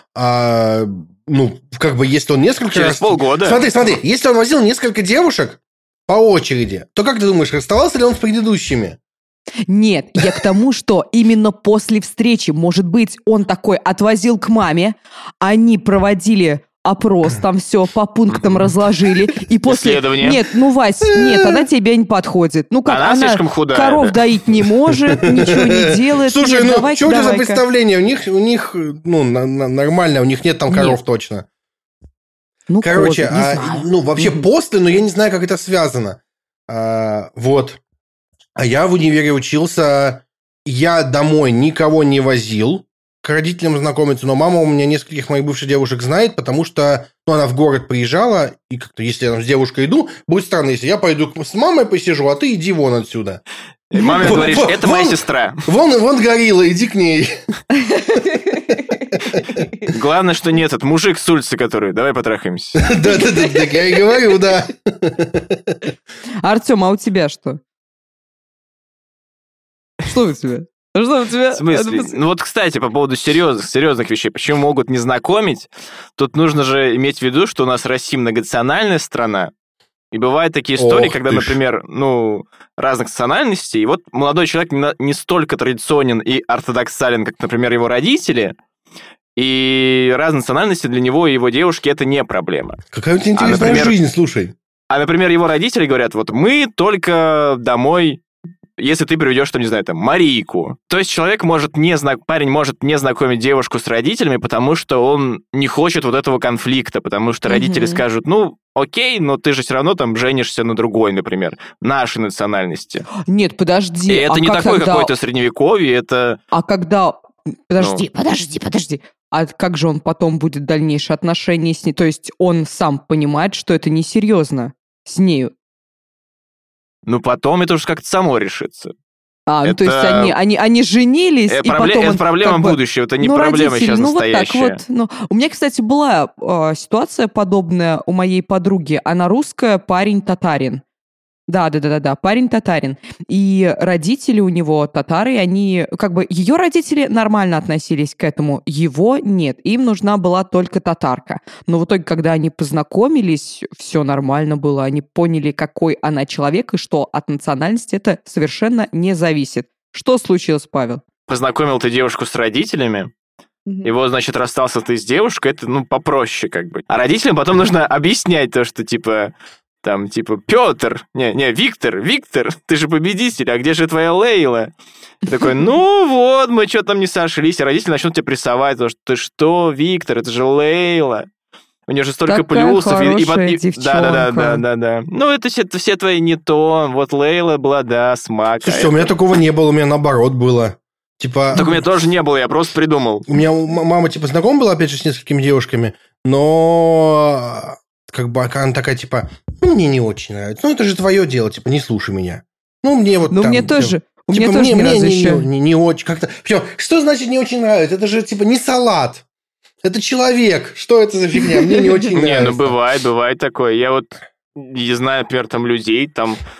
Если он несколько Через раз... полгода. Смотри, если он возил несколько девушек по очереди, то как ты думаешь, расставался ли он с предыдущими? Нет, я к тому, что именно после встречи, может быть, он такой отвозил к маме, они проводили опрос, там все по пунктам разложили, и после... Исследование. Нет, Вась, нет, она тебе не подходит. Она слишком худая. Коров доить не может, ничего не делает. Слушай, что у тебя за представление? У них нормально, у них нет там коров точно. Короче, вообще после, но я не знаю, как это связано. Вот. А я в универе учился, я домой никого не возил к родителям знакомиться, но мама у меня нескольких моих бывших девушек знает, потому что она в город приезжала, и как-то, если я там с девушкой иду, будет странно, если я пойду с мамой посижу, а ты иди вон отсюда. И маме говоришь, это моя сестра. Вон горилла, иди к ней. Главное, что нет, это мужик с улицы, который, давай потрахаемся. Да, так я и говорю, да. Артем, а у тебя что? Что у тебя? В смысле? Кстати, по поводу серьезных вещей, почему могут не знакомить, тут нужно же иметь в виду, что у нас Россия многонациональная страна, и бывают такие истории, когда, например, разных национальностей, и вот молодой человек не столько традиционен и ортодоксален, как, например, его родители, и разные национальности для него и его девушки это не проблема. Какая у тебя интересная жизнь, слушай. А, например, его родители говорят, вот мы только домой если ты приведешь, там, не знаю, там, Марийку, то есть парень может не знакомить девушку с родителями, потому что он не хочет вот этого конфликта, потому что родители скажут, окей, но ты же все равно там женишься на другой, например, нашей национальности. Нет, подожди. И это не такое какое-то средневековье, это... А когда... Подожди. А как же он потом будет дальнейшие отношения с ней? То есть он сам понимает, что это несерьезно с нею. Потом это уже как-то само решится. То есть они женились, и потом... Это проблема будущего, это не проблема сейчас настоящая. У меня, кстати, была ситуация подобная у моей подруги. Она русская, парень татарин. Да, парень татарин. И родители у него татары, и они... ее родители нормально относились к этому, его нет. Им нужна была только татарка. Но в итоге, когда они познакомились, все нормально было. Они поняли, какой она человек, и что от национальности это совершенно не зависит. Что случилось, Павел? Познакомил ты девушку с родителями, и вот, значит, расстался ты с девушкой, это, попроще как бы. А родителям потом нужно объяснять то, что, Петр, Виктор, ты же победитель, а где же твоя Лейла? Ты такой, мы что-то там не сошлись, а родители начнут тебе прессовать, потому что ты что, Виктор, это же Лейла. У нее же столько плюсов. Девчонка. Да. Это все твои не то. Вот Лейла была, смак. Слушайте, у меня такого не было, у меня наоборот было. Так у меня тоже не было, я просто придумал. У меня мама, знакома была, опять же, с несколькими девушками, но... она такая, мне не очень нравится. Это же твое дело, не слушай меня. Мне вот там... мне тоже. Мне тоже не очень как-то... Причем, что значит не очень нравится? Это же, не салат. Это человек. Что это за фигня? Мне не очень нравится. Бывает такое. Я вот не знаю, например, там людей,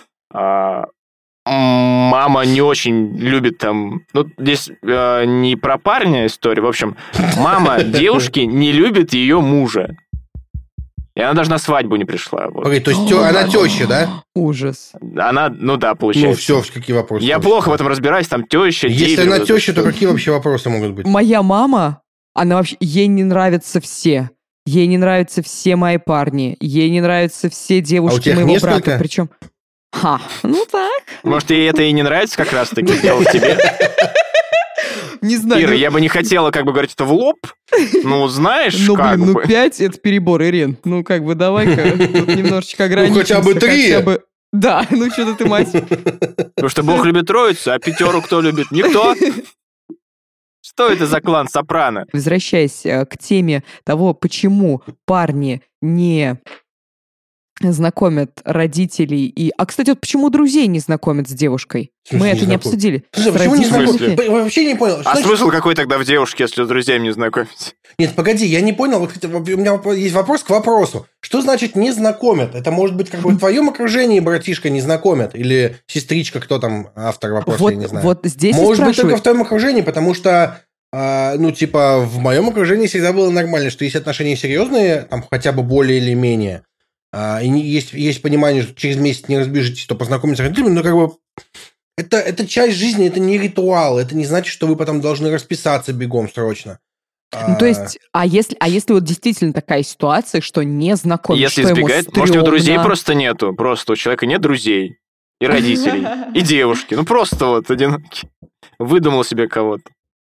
мама не очень любит здесь не про парня история, в общем, мама девушки не любит ее мужа. И она даже на свадьбу не пришла. Вот. То есть она теща, да? Ужас. Она, получается. Все, какие вопросы? Я плохо в этом разбираюсь, там теща, Если она теща, то какие вообще вопросы могут быть? Моя мама, она вообще, ей не нравятся все. Ей не нравятся все мои парни. Ей не нравятся все девушки моего брата. Причем... так. Может, ей это и не нравится как раз-таки, дело в тебе? Не знаю. Ира, я бы не хотела говорить это в лоб, знаешь, 5 это перебор, Ирин. Давай-ка тут немножечко ограничимся. Хотя бы 3. Да, что-то ты, мать. Потому что Бог любит троицу, а пятеру кто любит? Никто. Что это за клан Сопрано? Возвращаясь к теме того, почему парни не знакомят родителей и... А, кстати, вот почему друзей не знакомят с девушкой? Мы это не обсудили. Почему не знакомят? Вообще не понял. Смысл какой тогда в девушке, если с друзьями не знакомиться? Нет, погоди, я не понял. Вот у меня есть вопрос к вопросу. Что значит не знакомят? Это может быть в твоем окружении братишка не знакомят? Или сестричка, кто там автор вопроса, я не знаю. Вот здесь может быть, только в твоем окружении, потому что в моем окружении всегда было нормально, что есть отношения серьезные, хотя бы более или менее, и есть понимание, что через месяц не разбежитесь, то познакомиться с родителями, но это часть жизни, это не ритуал, это не значит, что вы потом должны расписаться бегом срочно. То есть, если вот действительно такая ситуация, что не знакомы, если что избегает, ему стрёмно... может, у него друзей просто нету, просто у человека нет друзей и родителей, и девушки, просто одинокий. Выдумал себе кого-то.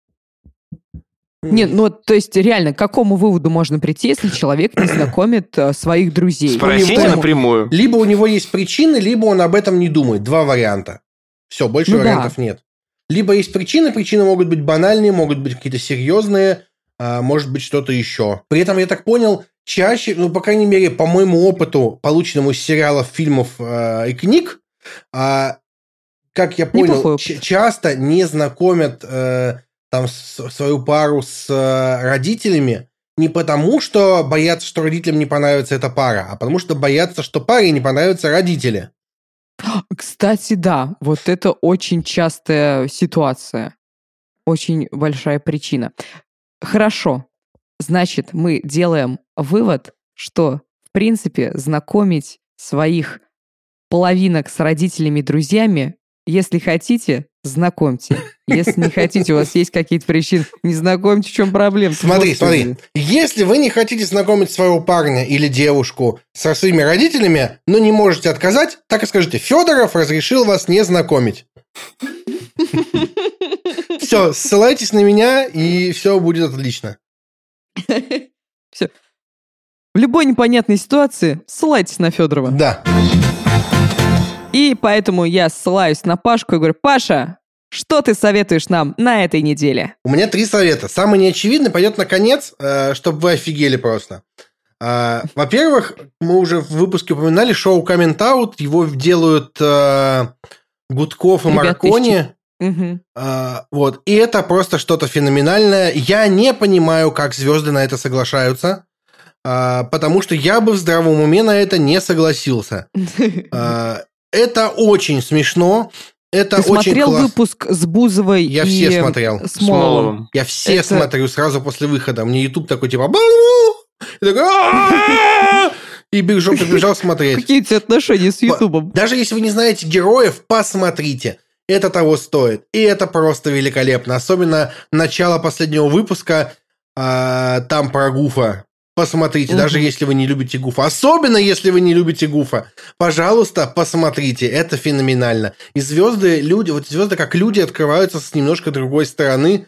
Нет, то есть реально, к какому выводу можно прийти, если человек не знакомит своих друзей? Спросите напрямую. Либо у него есть причины, либо он об этом не думает. 2 варианта. Все, больше вариантов нет. Либо есть причины могут быть банальные, могут быть какие-то серьезные, может быть что-то еще. При этом, я так понял, чаще, по крайней мере, по моему опыту, полученному из сериалов, фильмов и книг, как я понял, часто не знакомят свою пару с родителями не потому, что боятся, что родителям не понравится эта пара, а потому что боятся, что паре не понравятся родители. Кстати, да, вот это очень частая ситуация. Очень большая причина. Хорошо. Значит, мы делаем вывод, что, в принципе, знакомить своих половинок с родителями и друзьями, если хотите, знакомьте. Если не хотите, у вас есть какие-то причины, не знакомьте, в чем проблема. Смотри. Если вы не хотите знакомить своего парня или девушку со своими родителями, но не можете отказать, так и скажите: Федоров разрешил вас не знакомить. Все, ссылайтесь на меня, и все будет отлично. Все. В любой непонятной ситуации ссылайтесь на Федорова. Да. И поэтому я ссылаюсь на Пашку и говорю: Паша, что ты советуешь нам на этой неделе? У меня 3 совета. Самый неочевидный пойдет на конец, чтобы вы офигели просто. Во-первых, мы уже в выпуске упоминали шоу Coming Out. Его делают Гудков и Маркони. Угу. Вот. И это просто что-то феноменальное. Я не понимаю, как звезды на это соглашаются, потому что я бы в здравом уме на это не согласился. Это очень смешно. Это Ты очень смотрел классно. выпуск с Бузовой Я и все смотрел. Смоловым? Я все Это- смотрю сразу после выхода. Мне YouTube такой типа... «Бау!» И такой... «А-а-а!» И побежал смотреть. Какие у тебя отношения с Ютубом? Даже если вы не знаете героев, посмотрите. Это того стоит. И это просто великолепно. Особенно начало последнего выпуска. Там про Гуфа. Посмотрите, даже если вы не любите Гуфа. Особенно если вы не любите Гуфа. Пожалуйста, посмотрите. Это феноменально. И звезды, люди, вот звезды как люди открываются с немножко другой стороны.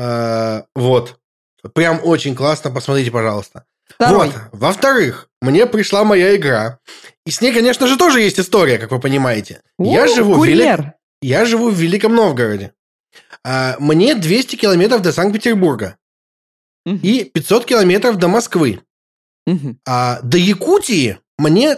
Вот. Прям очень классно. Посмотрите, пожалуйста. Второй. Вот. Во-вторых, мне пришла моя игра. И с ней, конечно же, тоже есть история, как вы понимаете. Я живу в Великом Новгороде. Мне 200 километров до Санкт-Петербурга. И 500 километров до Москвы. До Якутии мне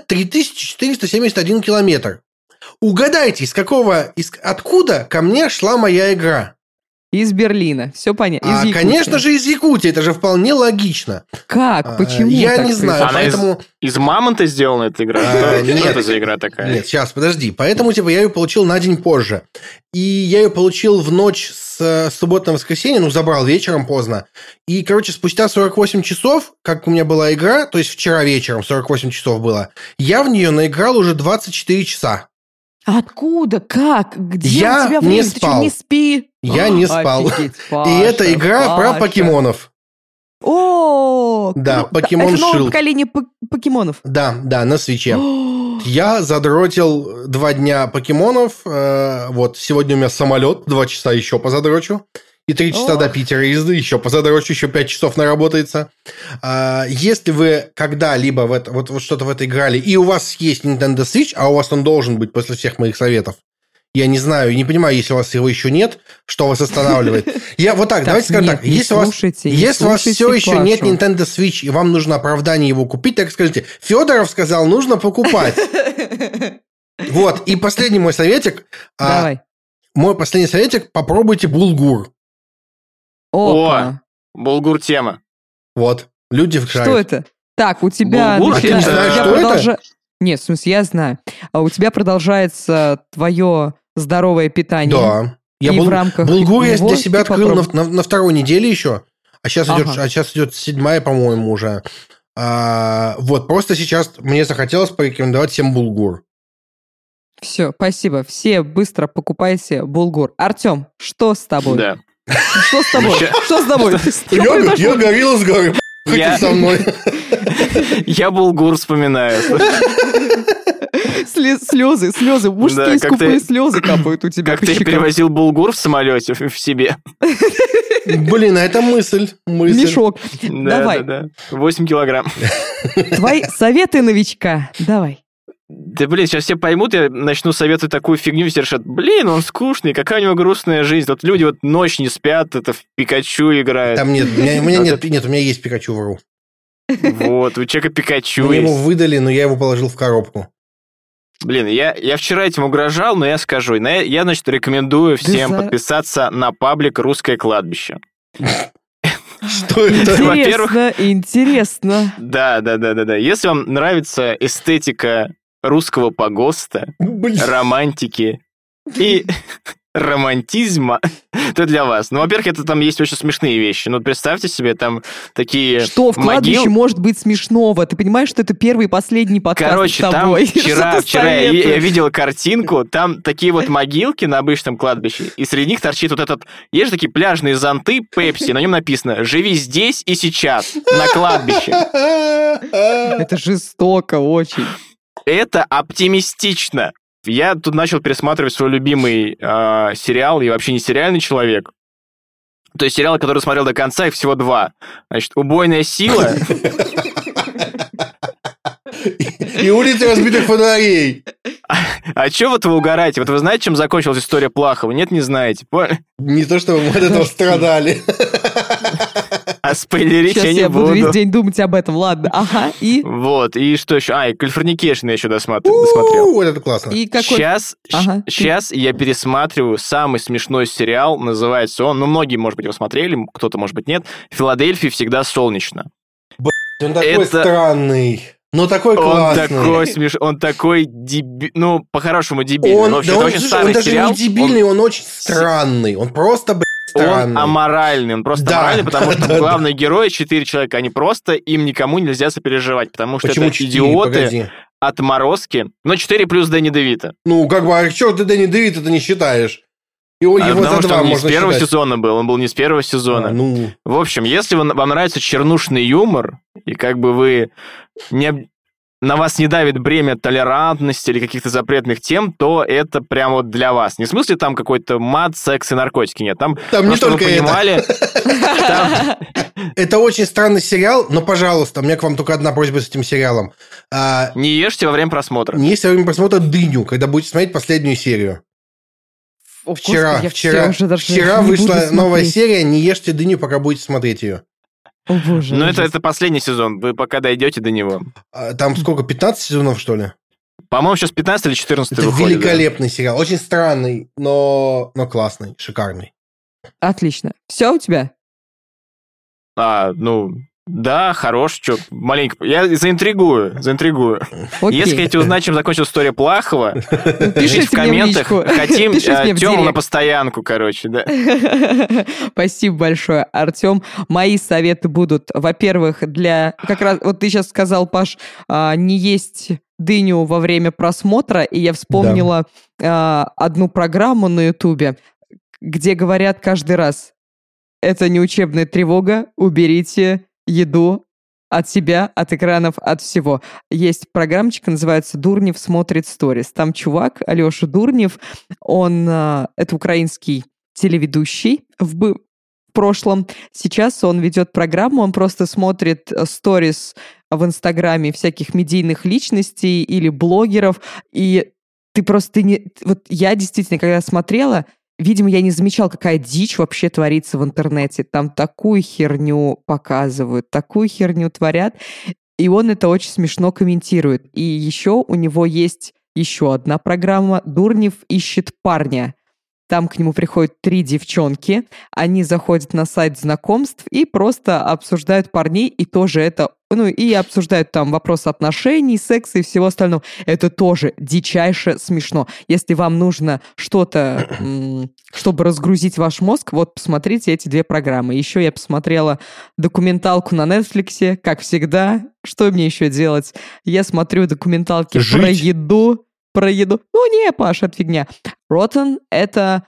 3471 километр. Угадайте, откуда ко мне шла моя игра? Из Берлина. Все понятно. Из Якутии. Конечно же, из Якутии. Это же вполне логично. Как? Почему? Я так не знаю, происходит? поэтому... Из Мамонта сделана эта игра? Что нет. это за игра такая? Нет, сейчас, подожди. Поэтому, я ее получил на день позже. И я ее получил в ночь с субботы на воскресенье, забрал вечером поздно. И, спустя 48 часов, как у меня была игра, то есть вчера вечером 48 часов было, я в нее наиграл уже 24 часа. Откуда? Как? Где Я у тебя не время? Ты спал. что, не спи? Я не спал. Офигеть, И Паша, это игра про Паша. покемонов. О, Да, круто. Покемон Это новое Shield. поколение покемонов. Да, на свитче. Я задротил 2 дня покемонов. Вот, сегодня у меня самолет, 2 часа еще позадрочу. И 3 часа до Питера езды, еще позадрочу, еще 5 часов наработается. Если вы когда-либо вот что-то в это играли, и у вас есть Nintendo Switch, а у вас он должен быть после всех моих советов, я не знаю, не понимаю, если у вас его еще нет, что вас останавливает. Давайте скажем так. Если у вас все еще нет Nintendo Switch, и вам нужно оправдание его купить, так скажите: Федоров сказал, нужно покупать. Вот, и последний мой советик. Давай. Мой последний советик: попробуйте булгур. Опа. Булгур тема. Вот, люди вкшают. Что это? Так, у тебя... Булгур? А ты не знаешь, что это? Нет, в смысле, я знаю. А у тебя продолжается твое здоровое питание. Да. Я И в рамках булгур я него для себя ты открыл попробуй. на 2-й неделе еще. А сейчас идет 7-я, по-моему, уже. Вот, просто сейчас мне захотелось порекомендовать всем булгур. Все, спасибо. Все быстро покупайте булгур. Артем, что с тобой? Да. Что с тобой? Что с тобой? Что Я произошло? горилла с горы. Хотите со мной? Я булгур вспоминаю. Слезы, мужские как скупые ты- слезы капают у тебя. Как по ты щекам. перевозил булгур в самолете в себе. Блин, а это мысль. Мешок. Да, Давай, да. 8 килограмм. твои советы новичка. Давай. Да, блин, сейчас все поймут, я начну советовать такую фигню, все решат: блин, он скучный, какая у него грустная жизнь. Вот люди ночь не спят, это в Пикачу играют. Там нет, у меня нет, у меня есть Пикачу, вру. Вот, у человека Пикачу Мне ему есть. выдали, но я его положил в коробку. Блин, я вчера этим угрожал, но я скажу. Я, значит, рекомендую всем подписаться на паблик «Русское кладбище». Что это? Во-первых- Интересно. Да. Если вам нравится эстетика русского погоста, Блин. романтики и романтизма, то для вас. Ну, во-первых, это там есть очень смешные вещи. Ну, представьте себе, там такие Что в кладбище может быть смешного? Ты понимаешь, что это первый и последний подкаст Короче, с тобой? там вчера я видел картинку, там такие вот могилки на обычном кладбище, и среди них торчит вот этот... Есть же такие пляжные зонты Пепси, на нем написано «Живи здесь и сейчас, на кладбище». Это жестоко очень. Это оптимистично. Я тут начал пересматривать свой любимый сериал, я вообще не сериальный человек. То есть сериалы, которые смотрел до конца, их всего 2. Значит, «Убойная сила». И «Улицы разбитых фонарей». А что вот вы угораете? Вот вы знаете, чем закончилась история Плахова? Нет, не знаете. Не то, чтобы мы от этого страдали. А спойлерить я не буду. Сейчас я буду весь день думать об этом, ладно. Ага, и... Вот, и что еще? И «Калифорникейшн» я еще досмотрел. Вот это классно. И какой... Сейчас я пересматриваю самый смешной сериал, называется он, ну, многие, может быть, его смотрели, кто-то, может быть, нет, «В Филадельфии всегда солнечно». Он такой странный. Но такой классный. Он такой ну, по-хорошему дебильный. Он даже не дебильный, он очень странный. Он просто, странный. Он аморальный. Он просто аморальный, потому что главные герои, 4 человека, они просто, им никому нельзя сопереживать, потому что это идиоты, отморозки. Но 4 плюс Дэнни Девито. Ну, как бы, а что ты Дэнни Девито-то не считаешь? Его потому за 2 что он не можно с первого считать. сезона был, он был не с первого сезона. В общем, если вам нравится чернушный юмор, и как бы вы на вас не давит бремя толерантности или каких-то запретных тем, то это прямо вот для вас. Не в смысле там какой-то мат, секс и наркотики, нет. Там не только вы понимали... Это очень странный сериал, но, пожалуйста, у меня к вам только одна просьба с этим сериалом. Не ешьте во время просмотра. Не ешьте во время просмотра дыню, когда будете смотреть последнюю серию. Вчера вышла новая серия, не ешьте дыню, пока будете смотреть ее. О, боже. Но это последний сезон, вы пока дойдете до него. Там сколько, 15 сезонов, что ли? По-моему, сейчас 15 или 14 это выходит. Великолепный сериал, очень странный, но классный, шикарный. Отлично. Все у тебя? Да, хорош, что маленько. Я заинтригую. Окей. Если хотите узнать, чем закончилась история Плахова, пишите в комментах. Хотим Тему на постоянку, короче, да. Спасибо большое, Артем. Мои советы будут, во-первых, для... Как раз, вот ты сейчас сказал, Паш, не есть дыню во время просмотра, и я вспомнила одну программу на Ютубе, где говорят каждый раз: это не учебная тревога, уберите еду от себя, от экранов, от всего. Есть программочка, называется «Дурнев смотрит сторис». Там чувак, Алеша Дурнев, он, это украинский телеведущий в прошлом. Сейчас он ведет программу, он просто смотрит сторис в Инстаграме всяких медийных личностей или блогеров, и ты просто не... Вот я действительно, когда смотрела, видимо, я не замечал, какая дичь вообще творится в интернете. Там такую херню показывают, такую херню творят, и он это очень смешно комментирует. И еще у него есть еще одна программа «Дурнев ищет парня». Там к нему приходят 3 девчонки, они заходят на сайт знакомств и просто обсуждают парней, и тоже это, и обсуждают там вопросы отношений, секса и всего остального. Это тоже дичайше смешно. Если вам нужно что-то, чтобы разгрузить ваш мозг, вот посмотрите эти 2 программы. Еще я посмотрела документалку на Netflix, как всегда. Что мне еще делать? Я смотрю документалки про еду. Не, Паш, это фигня. Rotten — это,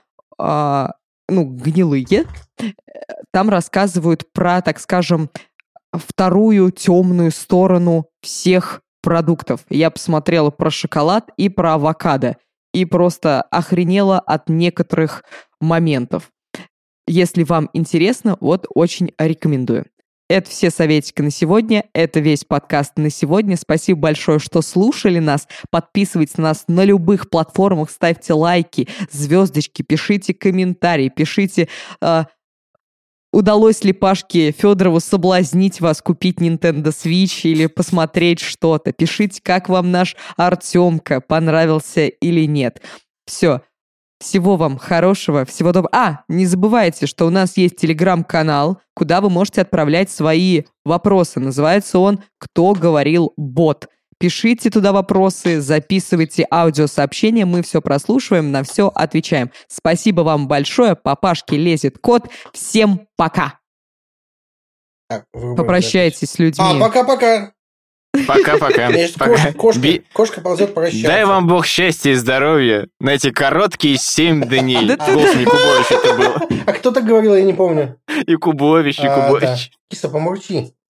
гнилые. Там рассказывают про, так скажем, вторую темную сторону всех продуктов. Я посмотрела про шоколад и про авокадо. И просто охренела от некоторых моментов. Если вам интересно, вот очень рекомендую. Это все советики на сегодня, это весь подкаст на сегодня. Спасибо большое, что слушали нас. Подписывайтесь на нас на любых платформах, ставьте лайки, звездочки, пишите комментарии, пишите, удалось ли Пашке Федорову соблазнить вас купить Nintendo Switch или посмотреть что-то. Пишите, как вам наш Артемка, понравился или нет. Все. Всего вам хорошего, всего доброго. Не забывайте, что у нас есть телеграм-канал, куда вы можете отправлять свои вопросы. Называется он «Кто говорил бот?». Пишите туда вопросы, записывайте аудиосообщения, мы все прослушиваем, на все отвечаем. Спасибо вам большое. Папашке лезет кот. Всем пока. Попрощайтесь с людьми. Пока-пока. Пока-пока. Кошка ползет прощаться. Дай вам Бог счастья и здоровья на эти короткие 7 дней. Голос Якубович это был. А кто так говорил, я не помню. Якубович. Киса, помолчи.